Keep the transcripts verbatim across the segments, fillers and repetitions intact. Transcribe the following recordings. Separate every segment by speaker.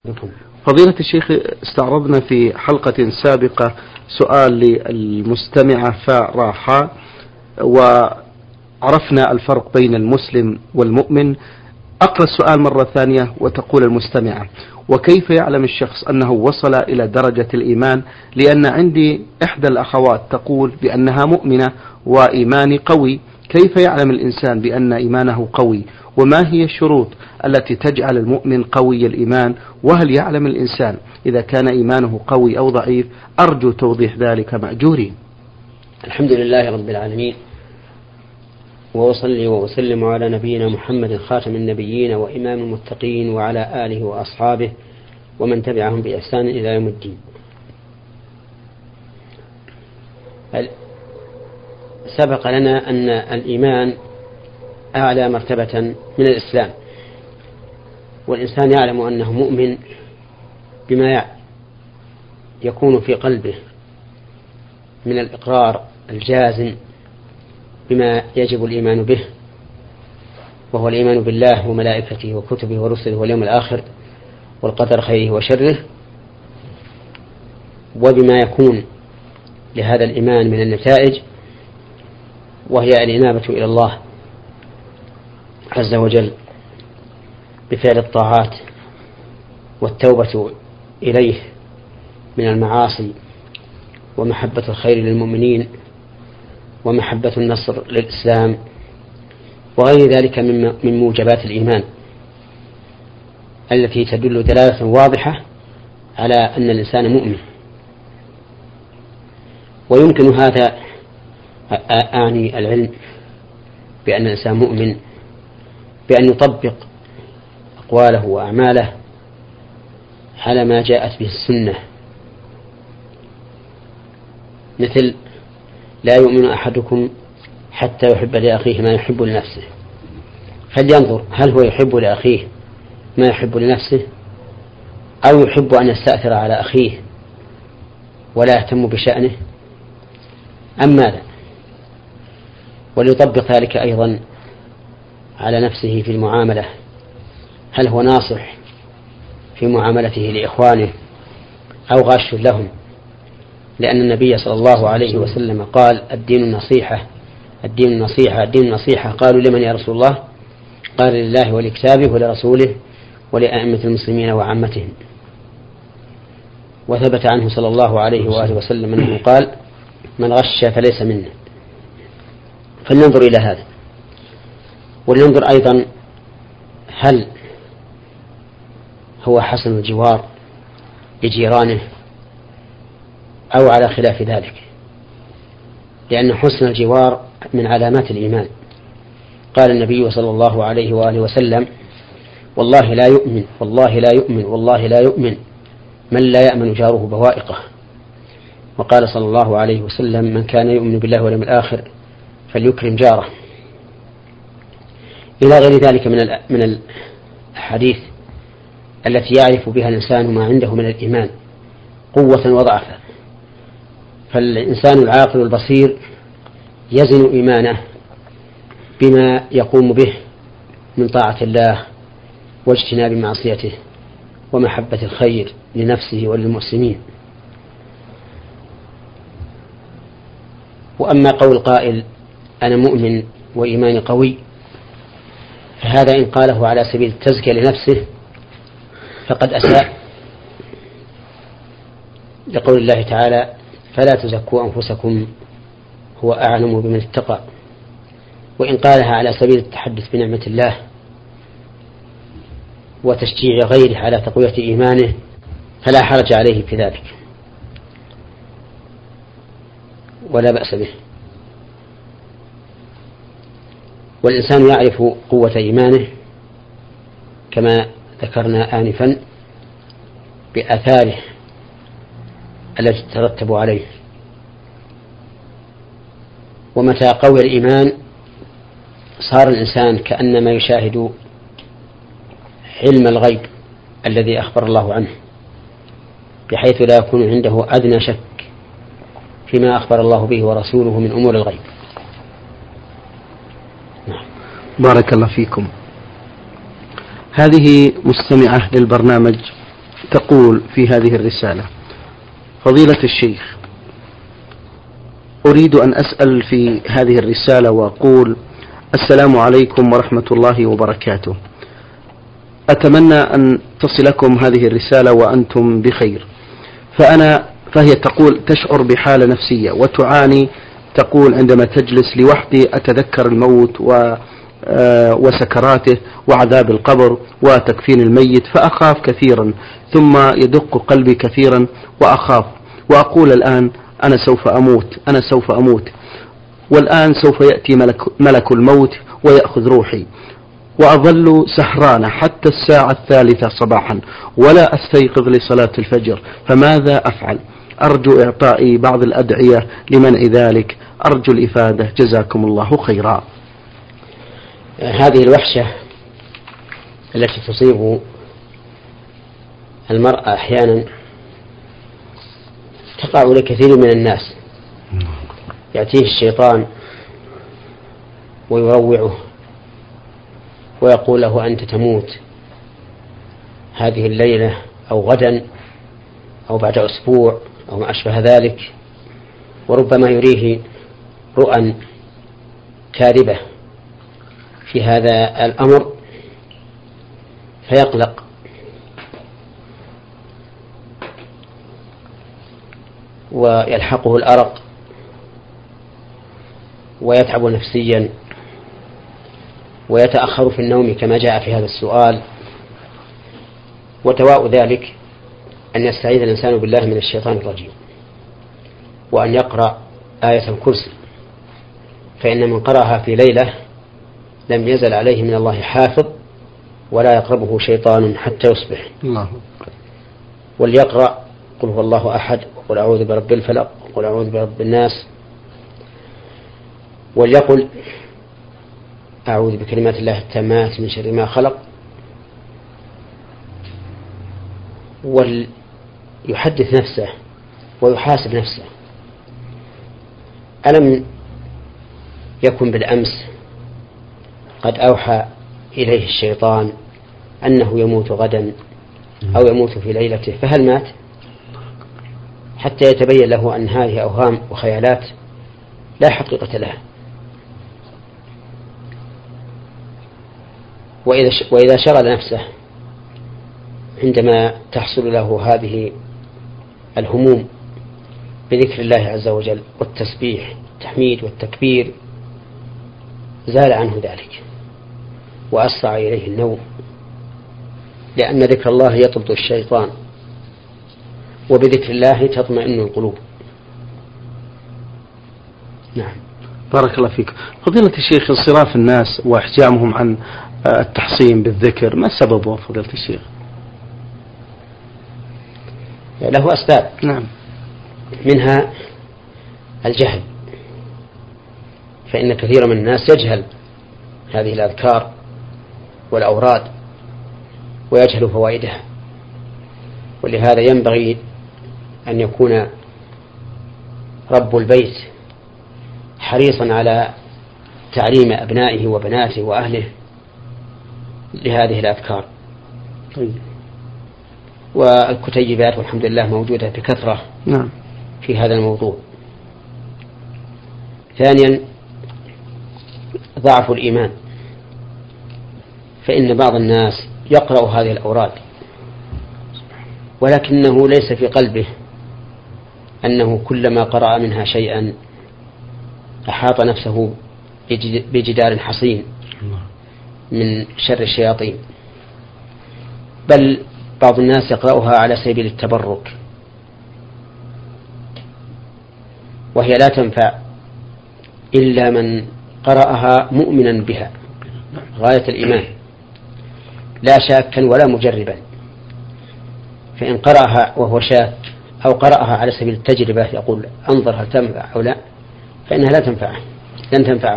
Speaker 1: فضيلة الشيخ، استعرضنا في حلقة سابقة سؤال للمستمعة فراحة، وعرفنا الفرق بين المسلم والمؤمن. أقرأ السؤال مرة ثانية وتقول المستمعة: وكيف يعلم الشخص أنه وصل إلى درجة الإيمان؟ لأن عندي إحدى الأخوات تقول بأنها مؤمنة وإيماني قوي. كيف يعلم الإنسان بأن إيمانه قوي؟ وما هي الشروط التي تجعل المؤمن قوي الإيمان؟ وهل يعلم الإنسان إذا كان إيمانه قوي أو ضعيف؟ أرجو توضيح ذلك مأجورين.
Speaker 2: الحمد لله رب العالمين، وأصلي وأسلم على نبينا محمد خاتم النبيين وإمام المتقين وعلى آله وأصحابه ومن تبعهم بإحسان إلى يوم الدين. سبق لنا أن الإيمان أعلى مرتبة من الإسلام، والإنسان يعلم أنه مؤمن بما يكون في قلبه من الإقرار الجازم بما يجب الإيمان به، وهو الإيمان بالله وملائكته وكتبه ورسله واليوم الآخر والقدر خيره وشره، وبما يكون لهذا الإيمان من النتائج، وهي الإنابة إلى الله عز وجل بفعل الطاعات والتوبة إليه من المعاصي، ومحبة الخير للمؤمنين، ومحبة النصر للإسلام، وغير ذلك من موجبات الإيمان التي تدل دلالة واضحة على أن الإنسان مؤمن. ويمكن هذا أعني العلم بأن الإنسان مؤمن بأن يطبق أقواله وأعماله على ما جاءت به السنة، مثل: لا يؤمن أحدكم حتى يحب لأخيه ما يحب لنفسه. فلينظر هل هو يحب لأخيه ما يحب لنفسه، أو يحب أن يستأثر على أخيه ولا يهتم بشأنه، أم ماذا؟ وليطبق ذلك أيضا على نفسه في المعاملة، هل هو ناصح في معاملته لإخوانه أو غاش لهم؟ لأن النبي صلى الله عليه وسلم قال: الدين النصيحة الدين النصيحة الدين النصيحة. قالوا: لمن يا رسول الله؟ قال: لله ولكتابه ولرسوله ولأئمة المسلمين وعامتهم. وثبت عنه صلى الله عليه وآله وسلم أنه قال: من غش فليس منا. فلننظر إلى هذا، ولننظر أيضا هل هو حسن الجوار لجيرانه أو على خلاف ذلك، لأن حسن الجوار من علامات الإيمان. قال النبي صلى الله عليه وآله وسلم: والله لا يؤمن والله لا يؤمن والله لا يؤمن من لا يأمن جاره بوائقه. وقال صلى الله عليه وسلم: من كان يؤمن بالله واليوم الآخر فليكرم جاره، إلى غير ذلك من من الحديث التي يعرف بها الإنسان ما عنده من الإيمان قوة وضعفا. فالإنسان العاقل البصير يزن إيمانه بما يقوم به من طاعة الله واجتناب معصيته ومحبة الخير لنفسه وللمسلمين. وأما قول قائل: أنا مؤمن وإيماني قوي، فهذا إن قاله على سبيل التزكية لنفسه فقد أساء، لقول الله تعالى: فلا تزكوا أنفسكم هو أعلم بمن اتقى. وإن قالها على سبيل التحدث بنعمة الله وتشجيع غيره على تقوية إيمانه فلا حرج عليه في ذلك ولا بأس به. والإنسان يعرف قوة إيمانه كما ذكرنا آنفا بآثاره التي تترتب عليه. ومتى قوي الإيمان صار الإنسان كأنما يشاهد علم الغيب الذي أخبر الله عنه، بحيث لا يكون عنده أدنى شك فيما أخبر الله به ورسوله من أمور الغيب.
Speaker 1: نعم. بارك الله فيكم. هذه مستمعة للبرنامج تقول في هذه الرسالة: فضيلة الشيخ، أريد أن أسأل في هذه الرسالة وأقول: السلام عليكم ورحمة الله وبركاته. أتمنى أن تصلكم هذه الرسالة وأنتم بخير. فأنا فهي تقول تشعر بحالة نفسية وتعاني، تقول عندما تجلس لوحدي أتذكر الموت و وسكراته وعذاب القبر وتكفين الميت فأخاف كثيرا، ثم يدق قلبي كثيرا وأخاف وأقول الآن أنا سوف أموت أنا سوف أموت والآن سوف يأتي ملك, ملك الموت ويأخذ روحي، وأظل سهرانة حتى الساعة الثالثة صباحا ولا أستيقظ لصلاة الفجر، فماذا أفعل؟ أرجو إعطائي بعض الأدعية لمنع ذلك، أرجو الإفادة، جزاكم الله خيرا.
Speaker 2: هذه الوحشة التي تصيب المرأة أحيانا تقع لكثير من الناس، يأتيه الشيطان ويروعه ويقول له أنت تموت هذه الليلة أو غدا أو بعد أسبوع أو ما أشبه ذلك، وربما يريه رؤى كاذبة في هذا الأمر فيقلق ويلحقه الأرق ويتعب نفسيا ويتأخر في النوم كما جاء في هذا السؤال. وتواء ذلك أن يستعيذ الإنسان بالله من الشيطان الرجيم وأن يقرأ آية الكرسي، فإن من قرأها في ليلة لم يزل عليه من الله حافظ ولا يقربه شيطان حتى يصبح. الله. وليقرأ قل هو الله أحد وقل أعوذ برب الفلق وقل أعوذ برب الناس، وليقل أعوذ بكلمات الله التامات من شر ما خلق، وليحدث نفسه ويحاسب نفسه: ألم يكن بالأمس قد أوحى إليه الشيطان أنه يموت غدا أو يموت في ليلته، فهل مات؟ حتى يتبين له أن هذه أوهام وخيالات لا حقيقة لها. وإذا شغل نفسه عندما تحصل له هذه الهموم بذكر الله عز وجل والتسبيح والتحميد والتكبير زال عنه ذلك وأسرع إليه النوم، لأن ذكر الله يطرد الشيطان وبذكر الله تطمئن القلوب. نعم.
Speaker 1: بارك الله فيك. فضيلة الشيخ، انصراف الناس واحجامهم عن التحصين بالذكر ما سببه فضيلة الشيخ؟
Speaker 2: له أسباب.
Speaker 1: نعم.
Speaker 2: منها الجهل، فإن كثير من الناس يجهل هذه الأذكار والأوراد ويجهل فوائدها، ولهذا ينبغي أن يكون رب البيت حريصا على تعليم أبنائه وبناته وأهله لهذه الأذكار. والكتيبات والحمد لله موجودة بكثرة
Speaker 1: نعم
Speaker 2: في هذا الموضوع. ثانيا ضعف الإيمان، فإن بعض الناس يقرأ هذه الأوراد ولكنه ليس في قلبه أنه كلما قرأ منها شيئا أحاط نفسه بجدار حصين من شر الشياطين، بل بعض الناس يقرأها على سبيل التبرك، وهي لا تنفع إلا من قرأها مؤمنا بها غاية الإيمان لا شاكا ولا مجربا. فإن قرأها وهو شاك أو قرأها على سبيل التجربة يقول أنظر هل تنفع أو لا، فإنها لا تنفعه لن تنفعه.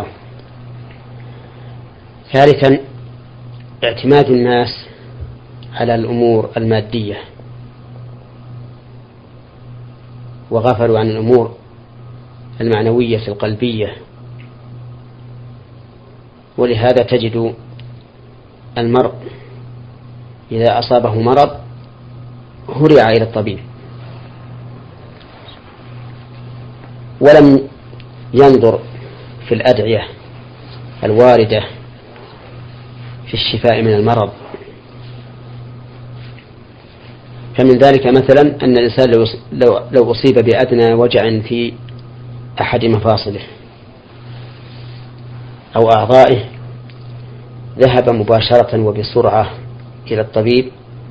Speaker 2: ثالثا اعتماد الناس على الأمور المادية وغفلوا عن الأمور المعنوية القلبية، ولهذا تجد المرء إذا أصابه مرض هرع إلى الطبيب ولم ينظر في الأدعية الواردة في الشفاء من المرض، فمن ذلك مثلا أن الإنسان لو, لو أصيب بأدنى وجع في أحد مفاصله أو أعضائه ذهب مباشرة وبسرعة إلى الطبيب،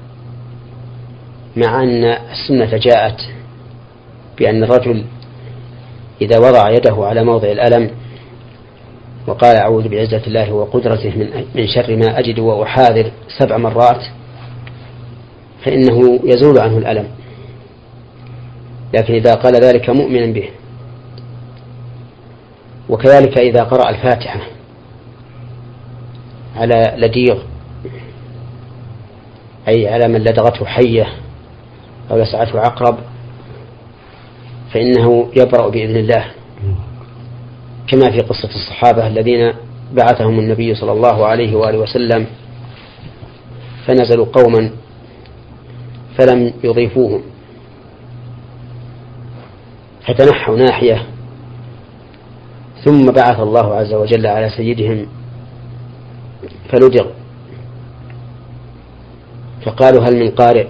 Speaker 2: مع أن السنة جاءت بأن الرجل إذا وضع يده على موضع الألم وقال أعوذ بعزة الله وقدرته من شر ما أجد وأحاذر سبع مرات فإنه يزول عنه الألم، لكن إذا قال ذلك مؤمنا به. وكذلك إذا قرأ الفاتحة على لديغ أي على من لدغته حية أو لسعته عقرب فإنه يبرأ بإذن الله، كما في قصة الصحابة الذين بعثهم النبي صلى الله عليه وآله وسلم فنزلوا قوما فلم يضيفوهم فتنحوا ناحية، ثم بعث الله عز وجل على سيدهم فلدغ، فقالوا هل من قارئ؟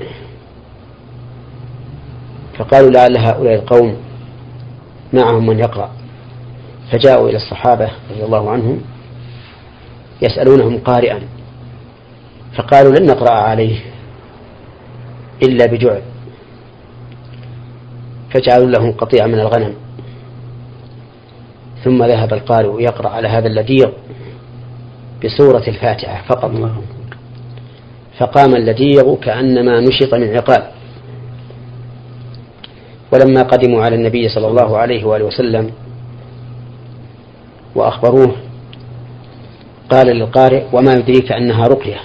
Speaker 2: فقالوا لعل هؤلاء القوم معهم من يقرأ، فجاءوا إلى الصحابة رضي الله عنهم يسألونهم قارئا، فقالوا لن نقرأ عليه إلا بجعل، فجعلوا لهم قطيع من الغنم، ثم ذهب القارئ يقرأ على هذا اللديغ بسورة الفاتحة فقط، فقام اللديغ كأنما نشط من عقال. ولما قدموا على النبي صلى الله عليه وآله وسلم وأخبروه قال للقارئ وما يدريك أنها رقية؟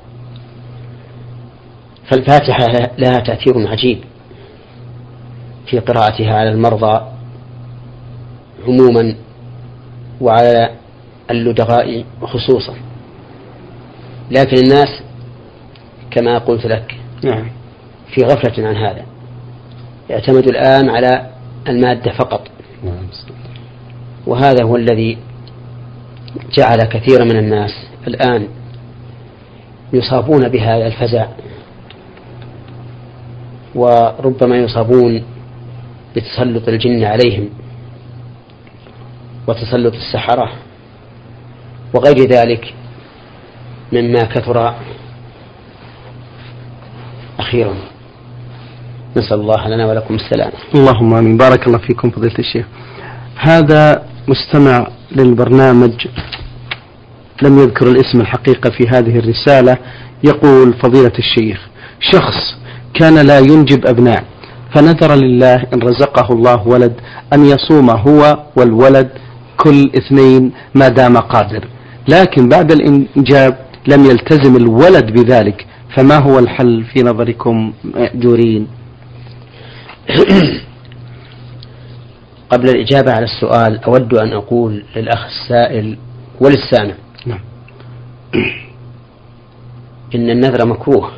Speaker 2: فالفاتحة لها تأثير عجيب في قراءتها على المرضى عموما وعلى اللدغاء خصوصا، لكن الناس كما قلت لك في غفلة عن هذا، يعتمد الآن على المادة فقط، وهذا هو الذي جعل كثير من الناس الآن يصابون بهذا الفزع، وربما يصابون بتسلط الجن عليهم وتسلط السحرة وغير ذلك مما كثر أخيرا. نسأل الله لنا ولكم السلام.
Speaker 1: اللهم آمين. بارك الله فيكم فضيلة الشيخ. هذا مستمع للبرنامج لم يذكر الاسم الحقيقة في هذه الرسالة، يقول فضيلة الشيخ شخص كان لا ينجب أبناء فنذر لله إن رزقه الله ولد أن يصوم هو والولد كل اثنين ما دام قادر، لكن بعد الإنجاب لم يلتزم الولد بذلك، فما هو الحل في نظركم مأجورين؟
Speaker 2: قبل الإجابة على السؤال أود أن أقول للأخ السائل وللسامع نعم. إن النذر مكروه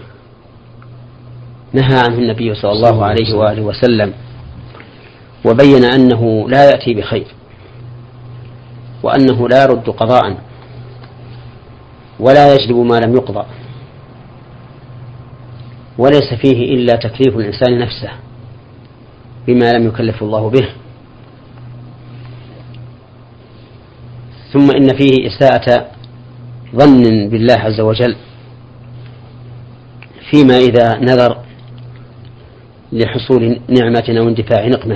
Speaker 2: نهى عنه النبي صلى الله عليه وآله وسلم، وبين أنه لا يأتي بخير، وأنه لا يرد قضاء ولا يجلب ما لم يقضى، وليس فيه إلا تكليف الإنسان نفسه بما لم يكلف الله به. ثم إن فيه إساءة ظن بالله عز وجل فيما إذا نذر لحصول نعمة أو اندفاع نقمة،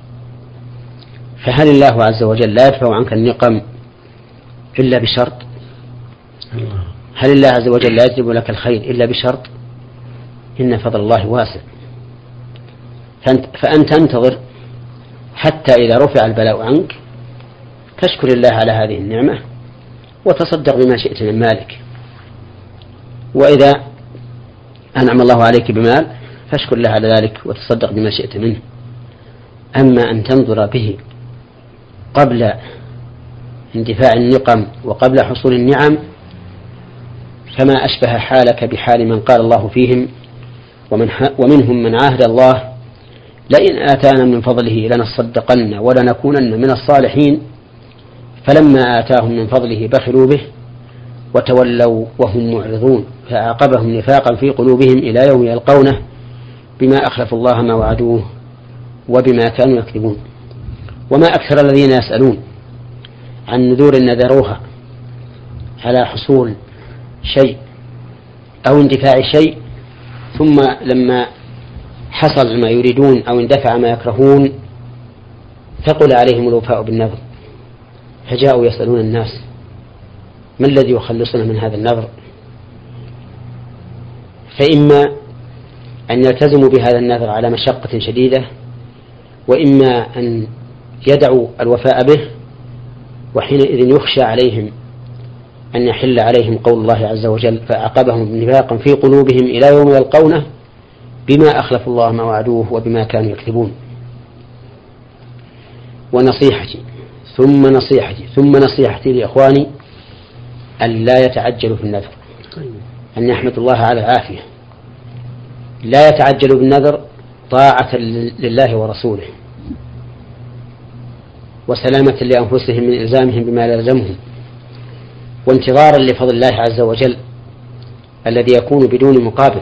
Speaker 2: فهل الله عز وجل لا يدفع عنك النقم إلا بشرط؟ هل الله عز وجل لا يجلب لك الخير إلا بشرط؟ إن فضل الله واسع، فأنت تنتظر حتى إذا رفع البلاء عنك تشكر الله على هذه النعمة وتصدق بما شئت من مالك، وإذا أنعم الله عليك بمال فاشكر الله على ذلك وتصدق بما شئت منه. أما أن تنظر به قبل اندفاع النقم وقبل حصول النعم فما أشبه حالك بحال من قال الله فيهم ومن ومنهم من عاهد الله لئن آتانا من فضله لنصدقن ولنكونن من الصالحين فلما آتاهم من فضله بخلوا به وتولوا وهم معرضون فأعقبهم نفاقا في قلوبهم إلى يوم يلقونه بما أخلفوا الله ما وعدوه وبما كانوا يكذبون. وما أكثر الذين يسألون عن نذور نذروها على حصول شيء أو اندفاع شيء ثم لما حصل ما يريدون أو اندفع ما يكرهون ثقل عليهم الوفاء بالنذر فجاءوا يسألون الناس ما الذي يخلصنا من هذا النذر؟ فإما أن يلتزموا بهذا النذر على مشقة شديدة وإما أن يدعوا الوفاء به وحينئذ يخشى عليهم أن يحل عليهم قول الله عز وجل فأعقبهم نفاقا في قلوبهم إلى يوم يلقونه بما أخلفوا الله ما وعدوه وبما كانوا يكذبون. ونصيحتي ثم نصيحتي ثم نصيحتي لإخواني أن لا يتعجلوا في النذر، أن يحمد الله على العافية، لا يتعجلوا بالنذر طاعة لله ورسوله وسلامة لأنفسهم من إلزامهم بما لا يلزمهم وانتظارا لفضل الله عز وجل الذي يكون بدون مقابل.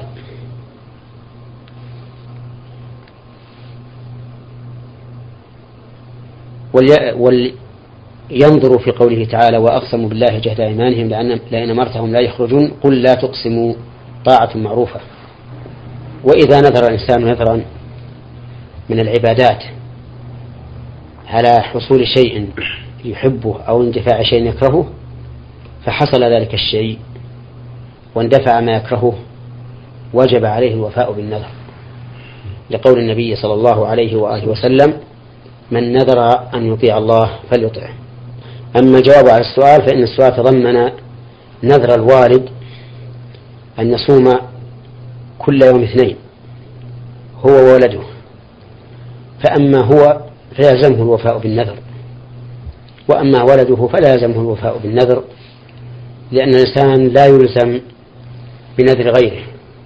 Speaker 2: ولينظروا في قوله تعالى وأقسموا بالله جهد أيمانهم لأن أمرتهم لا يخرجون قل لا تقسموا طاعة معروفة. وإذا نذر الإنسان نذرا من العبادات على حصول شيء يحبه أو اندفاع شيء يكرهه فحصل ذلك الشيء واندفع ما يكرهه وجب عليه الوفاء بالنذر لقول النبي صلى الله عليه وآله وسلم من نذر أن يطيع الله فليطعه. أما الجواب على السؤال فإن السؤال تضمن نذر الوالد أن يصوم كل يوم اثنين هو وولده، فأما هو فيلزمه الوفاء بالنذر وأما ولده فلا يلزمه الوفاء بالنذر لأن الإنسان لا يلزم بنذر غيره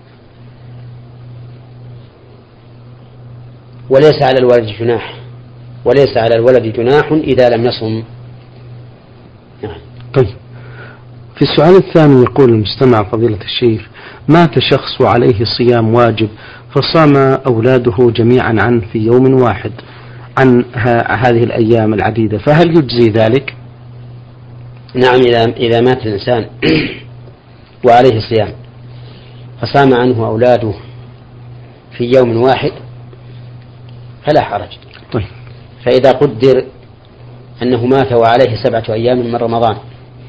Speaker 2: وليس على الوالد جناح وليس على الولد جناح إذا لم يصم. نعم.
Speaker 1: طيب في السؤال الثاني يقول المستمع فضيلة الشيخ مات شخص وعليه صيام واجب فصام أولاده جميعا عنه في يوم واحد عن هذه الأيام العديدة فهل يجزي ذلك؟
Speaker 2: نعم إذا إذا مات الإنسان وعليه صيام فصام عنه أولاده في يوم واحد فلا حرج.
Speaker 1: طيب.
Speaker 2: فإذا قدر أنه مات وعليه سبعة أيام من رمضان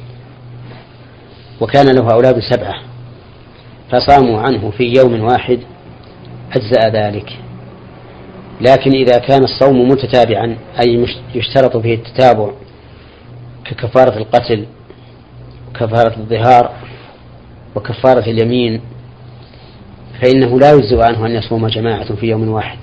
Speaker 2: وكان له أولاد سبعة فصاموا عنه في يوم واحد أجزأ ذلك. لكن إذا كان الصوم متتابعا أي يشترط فيه التتابع ككفارة القتل وكفارة الظهار وكفارة اليمين فإنه لا يجزئ عنه أن يصوم جماعة في يوم واحد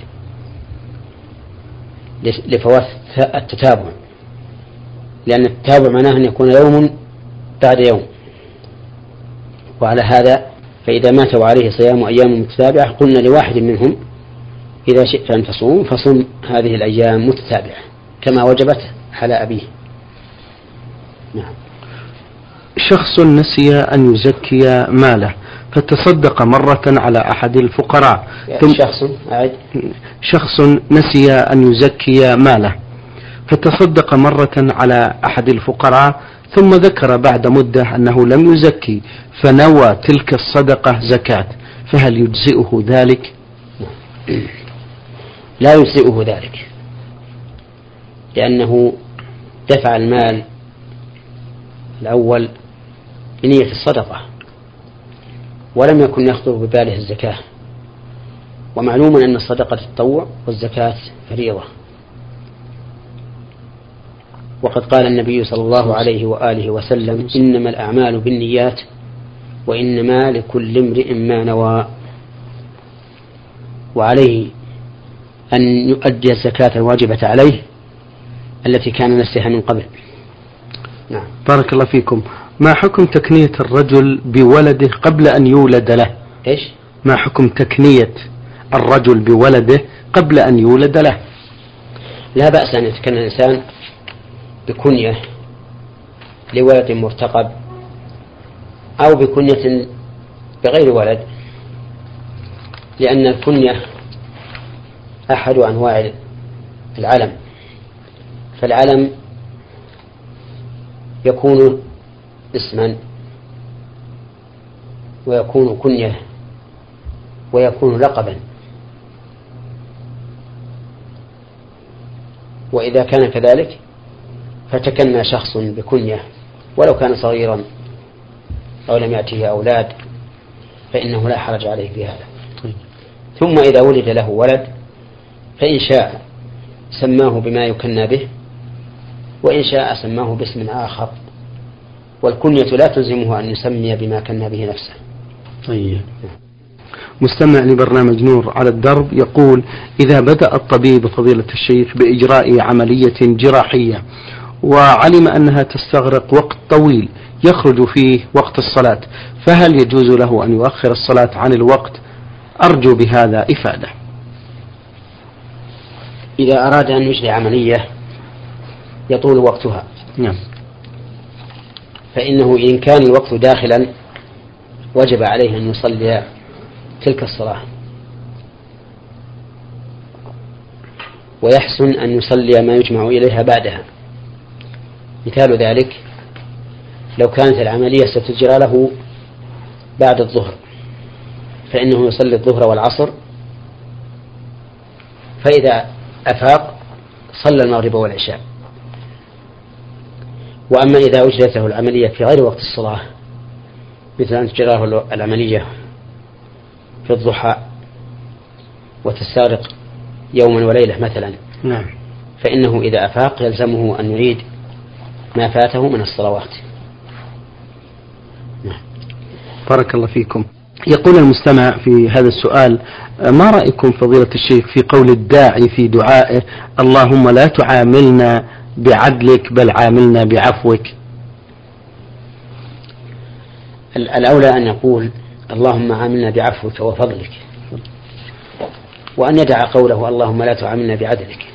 Speaker 2: لفوات التتابع، لأن التتابع معناه أن يكون يوم بعد يوم. وعلى هذا فإذا مات وعليه صيام أيام متتابعة قلنا لواحد منهم إذا شئت أن تصوم فصم هذه الأيام متتابعة كما وجبت على أبيه. نعم.
Speaker 1: شخص نسي أن يزكي ماله فتصدق مرة على أحد الفقراء
Speaker 2: ثم شخص أعد.
Speaker 1: شخص نسي أن يزكي ماله فتصدق مرة على أحد الفقراء ثم ذكر بعد مدة أنه لم يزكي فنوى تلك الصدقة زكاة فهل يجزئه ذلك؟
Speaker 2: لا يجزئه ذلك لأنه دفع المال الأول بنية الصدقة ولم يكن يخطر بباله الزكاة، ومعلوم أن الصدقة تطوع والزكاة فريضة. وقد قال النبي صلى الله عليه وآله وسلم إنما الأعمال بالنيات وإنما لكل امرئ ما نوى، وعليه أن يؤدي الزكاة الواجبة عليه التي كان نسيها من قبل.
Speaker 1: نعم. بارك الله فيكم. ما حكم تكنية الرجل بولده قبل أن يولد له؟
Speaker 2: إيش؟
Speaker 1: ما حكم تكنية الرجل بولده قبل أن يولد له؟
Speaker 2: لا بأس أن يتكنى الإنسان بكنية لولد مرتقب أو بكنية بغير ولد، لأن الكنية أحد أنواع العلم، فالعلم يكون اسما ويكون كنية ويكون لقبا، وإذا كان كذلك فتكنى شخص بكنية ولو كان صغيرا أو لم يأته أولاد فإنه لا حرج عليه في هذا. ثم إذا ولد له ولد فإن شاء سماه بما يكنى به، وإن شاء سماه باسم آخر، والكنية لا تلزمه أن يسمي بما كنى به نفسه.
Speaker 1: طيب. مستمع لبرنامج نور على الدرب يقول: إذا بدأ الطبيب فضيلة الشيخ بإجراء عملية جراحية وعلم أنها تستغرق وقت طويل يخرج فيه وقت الصلاة، فهل يجوز له أن يؤخر الصلاة عن الوقت؟ أرجو بهذا إفادة.
Speaker 2: إذا أراد أن يجري عملية يطول وقتها
Speaker 1: نعم،
Speaker 2: فإنه إن كان الوقت داخلا وجب عليه أن يصلي تلك الصلاة، ويحسن أن يصلي ما يجمع إليها بعدها. مثال ذلك لو كانت العملية ستجرى له بعد الظهر فإنه يصلي الظهر والعصر، فإذا أفاق صلى المغرب والعشاء. وأما إذا أجرت له العملية في غير وقت الصلاة، مثل أن تجرى له العملية في الضحى وتستغرق يوما وليلة مثلا،
Speaker 1: نعم،
Speaker 2: فإنه إذا أفاق يلزمه أن يعيد ما فاته من الصلوات. نعم.
Speaker 1: بارك الله فيكم. يقول المستمع في هذا السؤال: ما رأيكم فضيلة الشيخ في قول الداعي في دعائه: اللهم لا تعاملنا بعدلك بل عاملنا بعفوك؟
Speaker 2: الأولى أن يقول اللهم عاملنا بعفوك وفضلك، وأن يدع قوله اللهم لا تعاملنا بعدلك،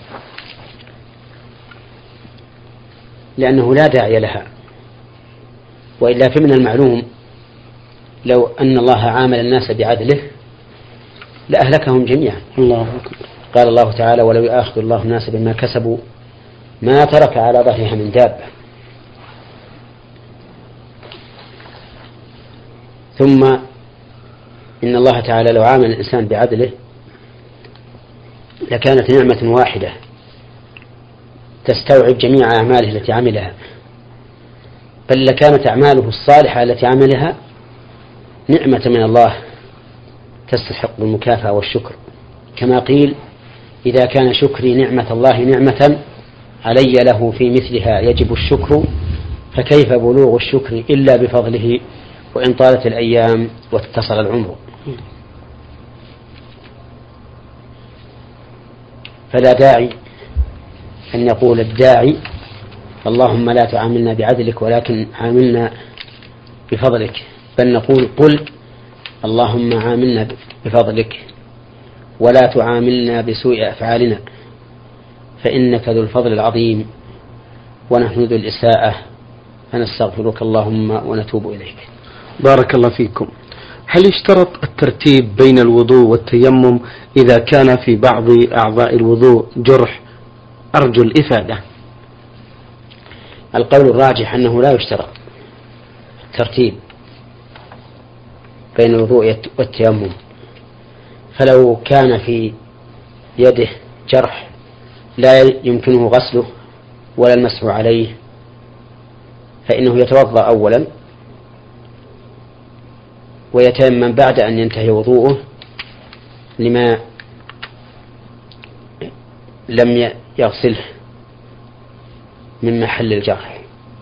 Speaker 2: لأنه لا داعي لها. وإلا فمن المعلوم لو أن الله عامل الناس بعدله لأهلكهم جميعا.
Speaker 1: الله أكبر.
Speaker 2: قال الله تعالى: ولو يؤاخذ الله الناس بما كسبوا ما ترك على ظهرها من دابة. ثم إن الله تعالى لو عامل الإنسان بعدله لكانت نعمة واحدة تستوعب جميع أعماله التي عملها، بل لكانت أعماله الصالحة التي عملها نعمة من الله تستحق المكافأة والشكر، كما قيل: إذا كان شكري نعمة الله نعمة علي له في مثلها يجب الشكر، فكيف بلوغ الشكر إلا بفضله وإن طالت الأيام واتصل العمر. فلا داعي أن يقول الداعي اللهم لا تعاملنا بعدلك ولكن عاملنا بفضلك، بل نقول: قل اللهم عاملنا بفضلك ولا تعاملنا بسوء أفعالنا فإنك ذو الفضل العظيم ونحن ذو الإساءة فنستغفرك اللهم ونتوب إليك.
Speaker 1: بارك الله فيكم. هل يشترط الترتيب بين الوضوء والتيمم إذا كان في بعض أعضاء الوضوء جرح؟ أرجو الإفادة.
Speaker 2: القول الراجح أنه لا يشترط الترتيب بين الوضوء والتيمم، فلو كان في يده جرح لا يمكنه غسله ولا المسح عليه فإنه يتوضأ أولا ويتيمم بعد أن ينتهي وضوءه لما لم يغسله من محل الجرح.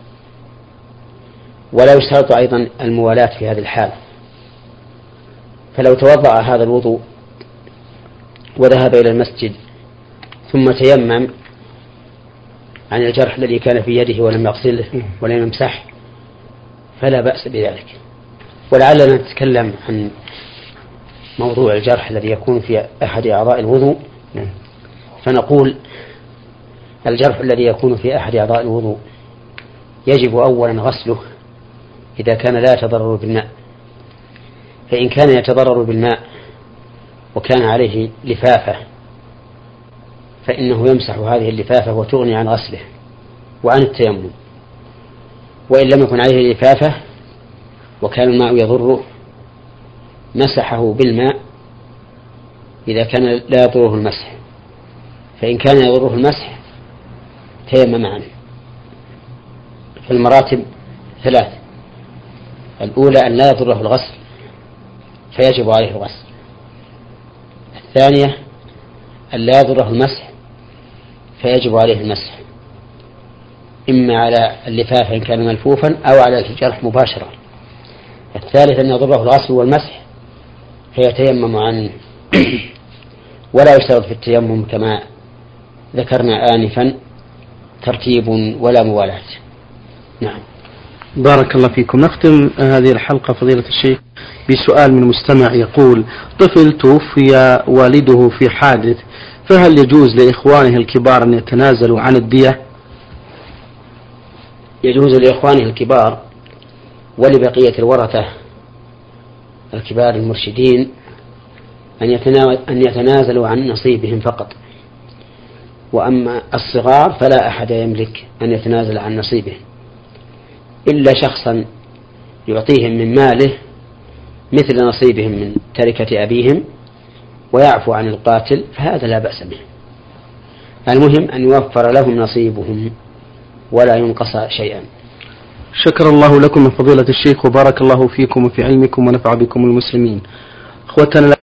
Speaker 2: ولا يشترط أيضا الموالاة في هذه الحال، فلو توضأ هذا الوضوء وذهب إلى المسجد ثم تيمم عن الجرح الذي كان في يده ولم يغسله ولم يمسح فلا بأس بذلك. ولعلنا نتكلم عن موضوع الجرح الذي يكون في أحد أعضاء الوضوء، فنقول الجرح الذي يكون في أحد أعضاء الوضوء يجب أولا غسله إذا كان لا يتضرر بالماء، فإن كان يتضرر بالماء وكان عليه لفافة فإنه يمسح هذه اللفافة وتغني عن غسله وعن التيمم، وإن لم يكن عليه لفافة وكان الماء يضره مسحه بالماء إذا كان لا يضره المسح، فإن كان يضره المسح تيمم عنه. فالمراتب ثلاث: الأولى أن لا يضره الغسل فيجب عليه الغسل، الثانية أن لا يضره المسح فيجب عليه المسح إما على اللفاف إن كان ملفوفا أو على الجرح مباشرة، الثالث أن يضره الغسل والمسح فيتيمم عنه. ولا يشترط في التيمم كما ذكرنا آنفا ترتيب ولا موالاة. نعم.
Speaker 1: بارك الله فيكم. نختم هذه الحلقة فضيلة الشيخ بسؤال من مستمع يقول: طفل توفي والده في حادث، فهل يجوز لإخوانه الكبار أن يتنازلوا عن الدية؟
Speaker 2: يجوز لإخوانه الكبار ولبقية الورثة الكبار المرشدين أن يتنازلوا عن نصيبهم فقط، وأما الصغار فلا أحد يملك أن يتنازل عن نصيبه إلا شخصا يعطيهم من ماله مثل نصيبهم من تركة أبيهم ويعفو عن القاتل، فهذا لا بأس به. المهم أن يوفر لهم نصيبهم ولا ينقص شيئا.
Speaker 1: شكر الله لكم من فضيلة الشيخ وبارك الله فيكم وفي علمكم ونفع بكم المسلمين. أخوتنا